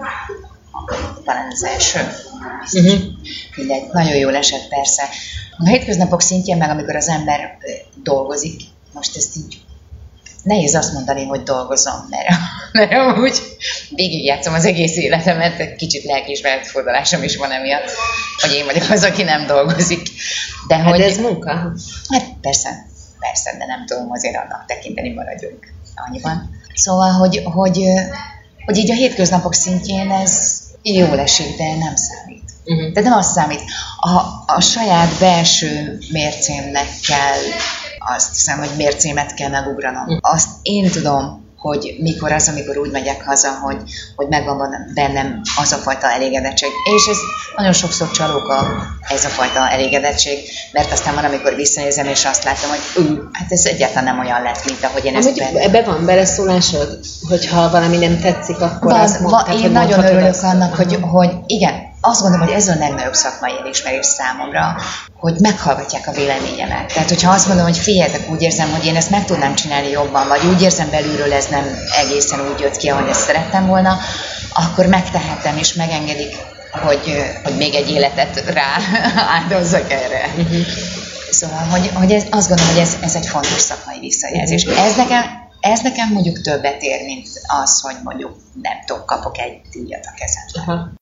talán az első. Uh-huh. Mindegy, nagyon jól esett persze. A hétköznapok szintjén meg, amikor az ember dolgozik, most ezt így nehéz azt mondani, hogy dolgozom, mert, mert amúgy végigjátszom az egész életemet, kicsit lelkiismeret fordulásom is van emiatt, hogy én vagyok az, aki nem dolgozik. De hát hogy, ez munka? Hát persze, persze, de nem tudom azért annak tekinteni, maradjunk annyiban. Szóval, hogy, hogy, hogy így a hétköznapok szintjén ez jól esik, de nem számít. Uh-huh. De nem az számít. A, a saját belső mércémnek kell, azt hiszem, hogy mércémet kell megugranom. Uh-huh. Azt én tudom, hogy mikor az, amikor úgy megyek haza, hogy, hogy megvan bennem az a fajta elégedettség. És ez nagyon sokszor csalóka, ez a fajta elégedettség, mert aztán van, amikor visszanézem, és azt látom, hogy ú, hát ez egyáltalán nem olyan lett, mint ahogy én ezt benne. Ebbe van beleszólásod, hogyha valami nem tetszik, akkor van, azt mondtad, van, én hogy nagyon örülök azt, annak, hogy, hogy igen, azt gondolom, hogy ez a legnagyobb szakmai elismerés számomra, hogy meghallgatják a véleményemet. Tehát, hogyha azt mondom, hogy figyeljetek, úgy érzem, hogy én ezt meg tudnám csinálni jobban, vagy úgy érzem belülről, ez nem egészen úgy jött ki, ahogy ezt szerettem volna, akkor megtehetem, és megengedik, hogy, hogy még egy életet rá áldozzak erre. Uh-huh. Szóval, hogy, hogy ez, azt gondolom, hogy ez, ez egy fontos szakmai visszajelzés. Uh-huh. Ez nekem, ez nekem mondjuk többet ér, mint az, hogy mondjuk nem tudom, kapok egy díjat a kezembe. Uh-huh.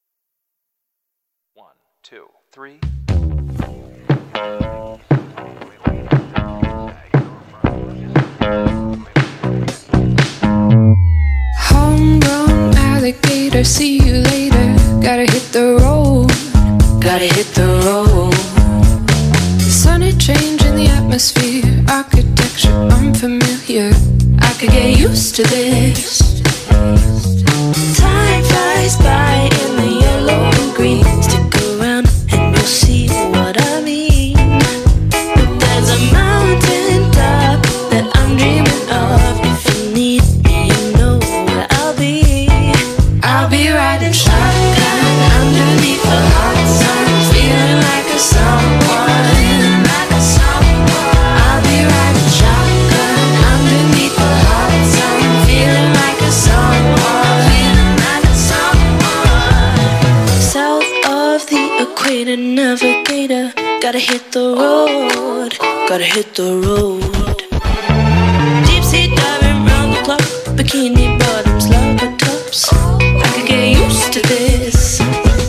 Two, three. Homegrown alligator, see you later. Gotta hit the road, gotta hit the road. Sunny change in the atmosphere, architecture unfamiliar. I could get used to this. Time flies by in the yellow and green. Stick around and you'll see what I mean. There's a mountain top that I'm dreaming of. If you need me, you know where I'll be. I'll be riding shotgun underneath the hot sun, feeling like a someone, feeling like a someone. I'll be riding shotgun underneath the hot sun, feeling like a someone, feeling like a someone. South of the equator, navigator, gotta hit the road, gotta hit the road. Deep sea diving round the clock, bikini bottoms, lava tops. I could get used to this.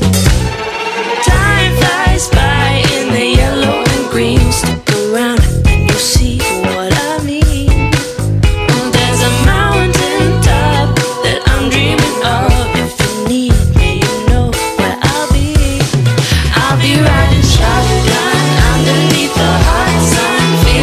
Time flies by in the yellow and green. Stick around and you'll see what I mean. Oh, there's a mountain top that I'm dreaming of. If you need me, you know where I'll be. I'll be riding shotgun underneath the hot sun.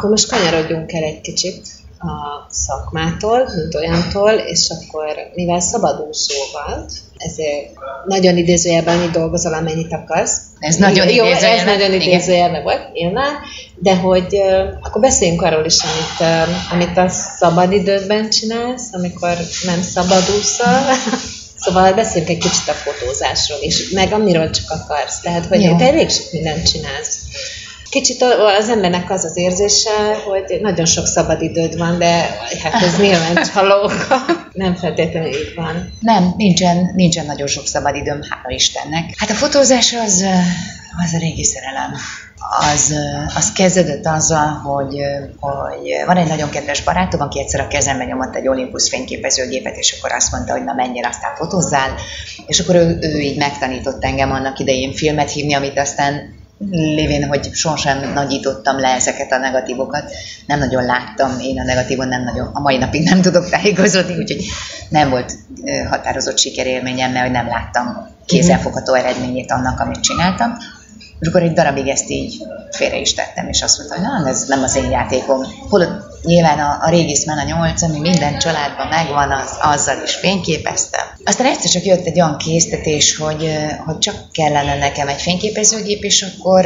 akkor most kanyarodjunk el egy kicsit a szakmától, mint olyantól, és akkor mivel szabadúszó vagy, ezért nagyon idézőjelben annyit dolgozol, amennyit akarsz. Ez nagyon Jó, idézőjelben. Ez nagyon idézőjelben volt, nyilván, de hogy uh, akkor beszéljünk arról is, amit, uh, amit a szabadidődben csinálsz, amikor nem szabadúszol. Szóval beszéljünk egy kicsit a fotózásról is, meg amiről csak akarsz. Tehát, hogy Jó. te elég sok mindent csinálsz. Kicsit az embernek az az érzése, hogy nagyon sok szabadidőd van, de hát ez nyilván csalóka. Nem feltétlenül így van. Nem, nincsen, nincsen nagyon sok szabadidőm, hála Istennek. Hát a fotózás az, az a régi szerelem. Az, az kezdődött azzal, hogy, hogy van egy nagyon kedves barátom, aki egyszer a kezembe nyomott egy Olympus fényképezőgépet, és akkor azt mondta, hogy na menjen, aztán fotózzál. És akkor ő, ő így megtanított engem annak idején filmet hívni, amit aztán lévén, hogy sohasem nagyítottam le ezeket a negatívokat, nem nagyon láttam, én a negatívon nem nagyon, a mai napig nem tudok tájékozódni, úgyhogy nem volt határozott sikerélményem, mert nem láttam kézzelfogható eredményét annak, amit csináltam. És akkor egy darabig ezt így félre is tettem, és azt mondtam, hogy na, ez nem az én játékom. Holott nyilván a, a Régisztmen a nyolc, ami minden családban megvan, az, azzal is fényképeztem. Aztán egyszer csak jött egy olyan késztetés, hogy, hogy csak kellene nekem egy fényképezőgép, és akkor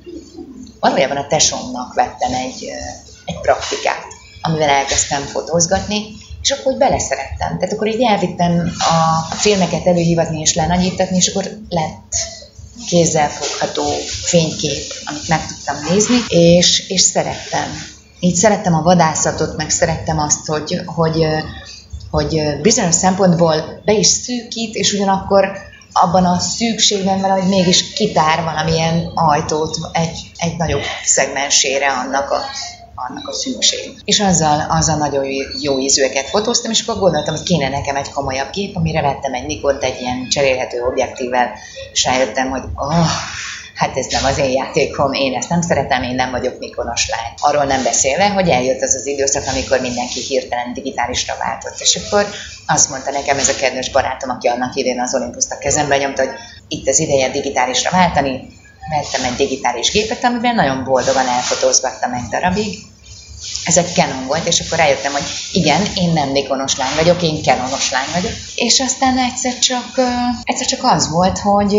valójában a tesómnak vettem egy, egy praktikát, amivel elkezdtem fotózgatni, és akkor úgy beleszerettem. Tehát akkor így elvittem a filmeket előhívatni és lenagyítatni, és akkor lett kézzelfogható fénykép, amit meg tudtam nézni, és, és szerettem. Így szerettem a vadászatot, meg szerettem azt, hogy, hogy, hogy bizonyos szempontból be is szűkít, és ugyanakkor abban a szűkségben valahogy mégis kitár valamilyen ajtót egy, egy nagyobb szegmensére annak a, annak a szűkség. És azzal, azzal nagyon jó ízűeket fotóztam, és akkor gondoltam, hogy kéne nekem egy komolyabb gép, amire vettem egy Nikont egy ilyen cserélhető objektívvel, és rájöttem, hogy oh, hát ez nem az én játékom, én ezt nem szeretem, én nem vagyok Nikonos lány. Arról nem beszélve, hogy eljött az az időszak, amikor mindenki hirtelen digitálisra váltott. És akkor azt mondta nekem ez a kedves barátom, aki annak idején az Olympuszt a kezembe nyomta, hogy itt az ideje digitálisra váltani, vettem egy digitális gépet, amiben nagyon boldogan elfotózgattam egy darabig. Ez egy Canon volt, és akkor rájöttem, hogy igen, én nem Nikonos lány vagyok, én Canonos lány vagyok. És aztán egyszer csak, egyszer csak az volt, hogy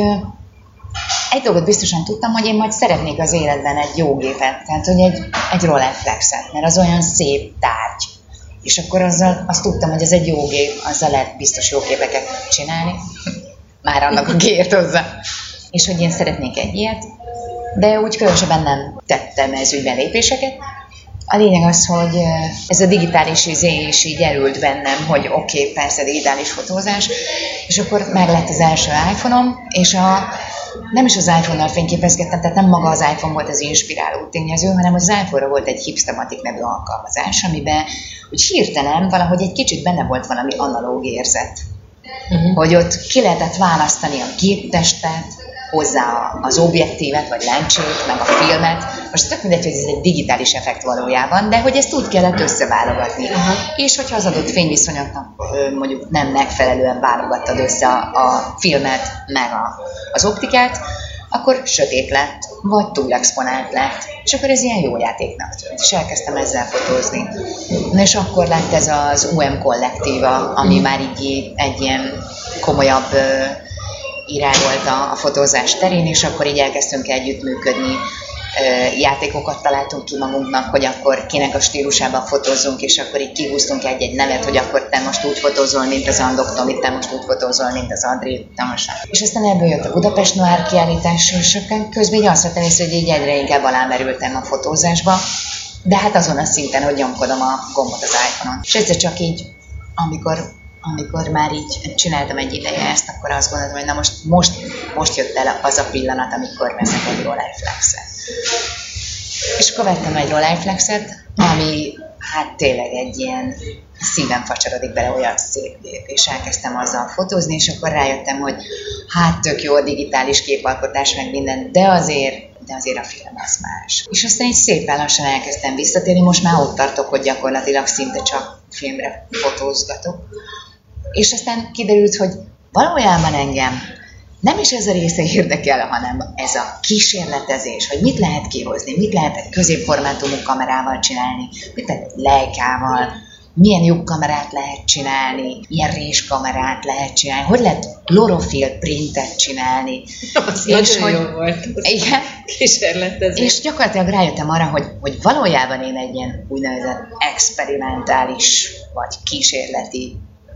egy dolgot biztosan tudtam, hogy én majd szeretnék az életben egy jó gépet, tehát hogy egy, egy Rolleiflexet, mert az olyan szép tárgy. És akkor azzal, azt tudtam, hogy ez egy jó gép, azzal lehet biztos jó képeket csinálni. Már annak, aki ért hozzá. És hogy én szeretnék egy ilyet, de úgy különösebben nem tettem ez ügyben lépéseket. A lényeg az, hogy ez a digitális izé is így erült bennem, hogy oké, okay, persze digitális fotózás, és akkor meg lett az első iPhone-om, és a, nem is az iPhone-nal fényképezgettem, tehát nem maga az iPhone volt az inspiráló tényező, hanem az iPhone-ra volt egy Hipstamatic nevű alkalmazás, amiben úgy hirtelen valahogy egy kicsit benne volt valami analóg érzet. Uh-huh. Hogy ott ki lehetett választani a géptestet, hozzá az objektívet, vagy lencsét, meg a filmet. Most tök mindegy, hogy ez egy digitális effekt valójában, de hogy ezt úgy kellett összeválogatni. Uh-huh. És hogyha az adott fényviszonyoknak mondjuk nem megfelelően válogattad össze a, a filmet, meg a, az optikát, akkor sötét lett, vagy túl exponált lett. És akkor ez ilyen jó játéknak tűnt, és elkezdtem ezzel fotózni. Na és akkor lett ez az u em kollektíva, ami uh-huh. már így egy ilyen komolyabb irány volt a, a fotózás terén, és akkor így elkezdtünk együttműködni, játékokat találtunk ki magunknak, hogy akkor kinek a stílusában fotózzunk, és akkor így kihúztunk egy-egy nevet, hogy akkor te most úgy fotózol, mint az Andok Tomi, te most úgy fotózol, mint az Adri, te most. És aztán ebből jött a Budapest Noir kiállítás, és közben így azt vettem észre, hogy így egyre inkább alámerültem a fotózásba, de hát azon a szinten, hogy nyomkodom a gombot az iPhone-on. És egyszer csak így, amikor amikor már így csináltam egy ideje ezt, akkor azt gondoltam, hogy na most, most, most jött el az a pillanat, amikor veszek egy Rolleiflexet. És akkor vettem egy Rolleiflexet, ami hát tényleg egy ilyen szívem facsarodik bele, olyan szép gép, és elkezdtem azzal fotózni, és akkor rájöttem, hogy hát tök jó a digitális képalkotás, meg minden, de azért, de azért a film az más. És aztán így szépen lassan elkezdtem visszatérni, most már ott tartok, hogy gyakorlatilag szinte csak filmre fotózgatok. És aztán kiderült, hogy valójában engem nem is ez a része érdekel, hanem ez a kísérletezés, hogy mit lehet kihozni, mit lehet egy középformátumú kamerával csinálni, mit lehet Leicával, milyen lyukkamerát lehet csinálni, milyen réskamerát lehet csinálni, hogy lehet klorofil printet csinálni. Az és hogy, jó volt. Igen. Kísérletezés. És gyakorlatilag rájöttem arra, hogy, hogy valójában én egy ilyen úgynevezett experimentális vagy kísérleti,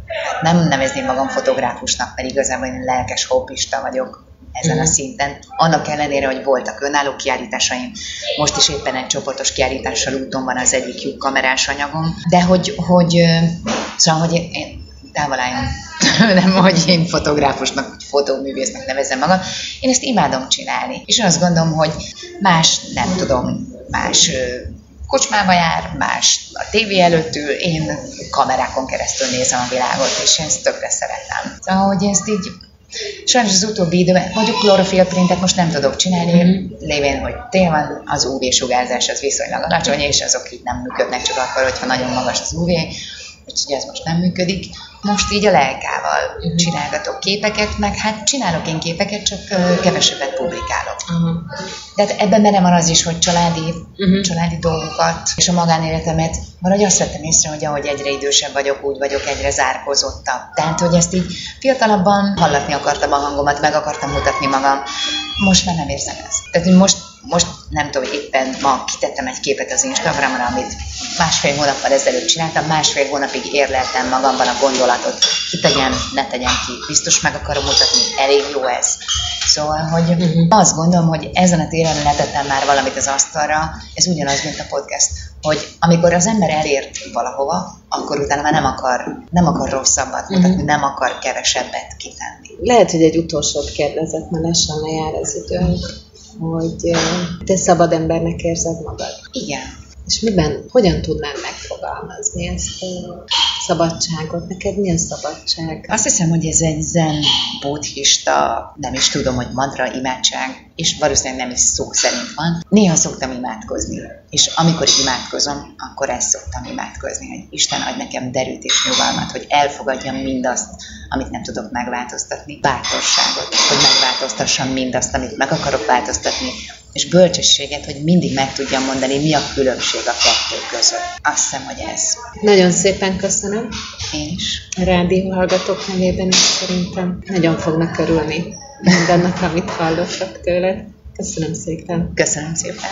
nem nevezném magam fotográfusnak, mert igazából én lelkes hobbista vagyok ezen a szinten. Annak ellenére, hogy voltak önálló kiállításaim, most is éppen egy csoportos kiállítással úton van az egyik lyukkamerás anyagom, de hogy, hogy szóval, hogy én, én távol álljon, nem, hogy én fotográfusnak, vagy fotóművésznek nevezem magam, én ezt imádom csinálni. És azt gondolom, hogy más, nem tudom, más kocsmába jár, más a tévé előtt ül, én kamerákon keresztül nézem a világot, és én ezt tökre szeretem. Szóval, hogy ezt így sajnos az utóbbi időben, mondjuk klorofilprintet most nem tudok csinálni, mm-hmm. lévén, hogy tél van, az ú vé-sugárzás az viszonylag alacsony, és azok így nem működnek csak akkor, hogyha nagyon magas az ú vé, úgyhogy ez most nem működik. Most így a Leicával mm-hmm. csinálgatok képeket, meg hát csinálok én képeket, csak kevesebbet publikálok. Uh-huh. De hát ebben benne van az is, hogy családi, uh-huh. családi dolgokat és a magánéletemet, valahogy azt vettem észre, hogy ahogy egyre idősebb vagyok, úgy vagyok egyre zárkózottabb. Tehát, hogy ezt így fiatalabban hallatni akartam a hangomat, meg akartam mutatni magam. Most már nem érzem ezt. Tehát, hogy most, most nem tudom, éppen ma kitettem egy képet az Instagramra, amit másfél hónappal ezelőtt csináltam, másfél hónapig érleltem magamban a gondolatot, ki tegyem, ne tegyem ki, biztos meg akarom mutatni, elég jó ez. Szóval, hogy uh-huh. azt gondolom, hogy ezen a téren letettem már valamit az asztalra, ez ugyanaz, mint a podcast, hogy amikor az ember elért valahova, akkor utána már nem akar, nem akar rosszabbat mutatni, uh-huh. nem akar kevesebbet kitenni. Lehet, hogy egy utolsót kérdezett, mert lassan lejár az időnk, hogy te szabad embernek érzed magad. Igen. És miben, hogyan tudnád megfogalmazni ezt a szabadságot? Neked mi a szabadság? Azt hiszem, hogy ez egy zen buddhista, nem is tudom, hogy mantra, imádság, és valószínűleg nem is szó szerint van. Néha szoktam imádkozni, és amikor imádkozom, akkor ezt szoktam imádkozni, hogy Isten adj nekem derűt és nyugalmat, hogy elfogadjam mindazt, amit nem tudok megváltoztatni, bátorságot, hogy megváltoztassam mindazt, amit meg akarok változtatni, és bölcsességet, hogy mindig meg tudjam mondani, mi a különbség a kettő között. Azt hiszem, hogy ez. Nagyon szépen köszönöm. Én is. A rádió hallgatók nevében is szerintem nagyon fognak örülni mindennek, amit hallottak tőled. Köszönöm szépen. Köszönöm szépen.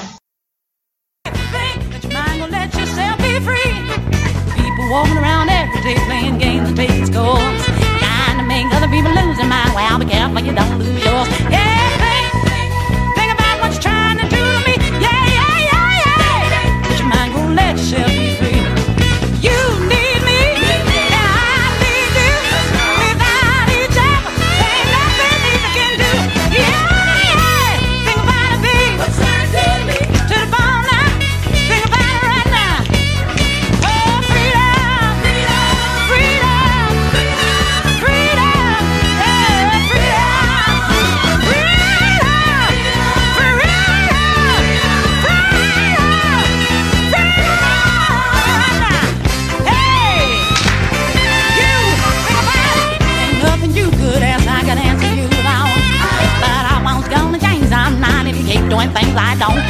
Trying to do to me, yeah, yeah, yeah, yeah. But your mind gon' let yourself be free. You need me, and I need you. Without each other, ain't nothing we can do. Yeah, yeah. Think about it, babe. What's that to me? To the bone now. Think about it right now. Oh, freedom, freedom, freedom, freedom, yeah, freedom, freedom. Doing things I don't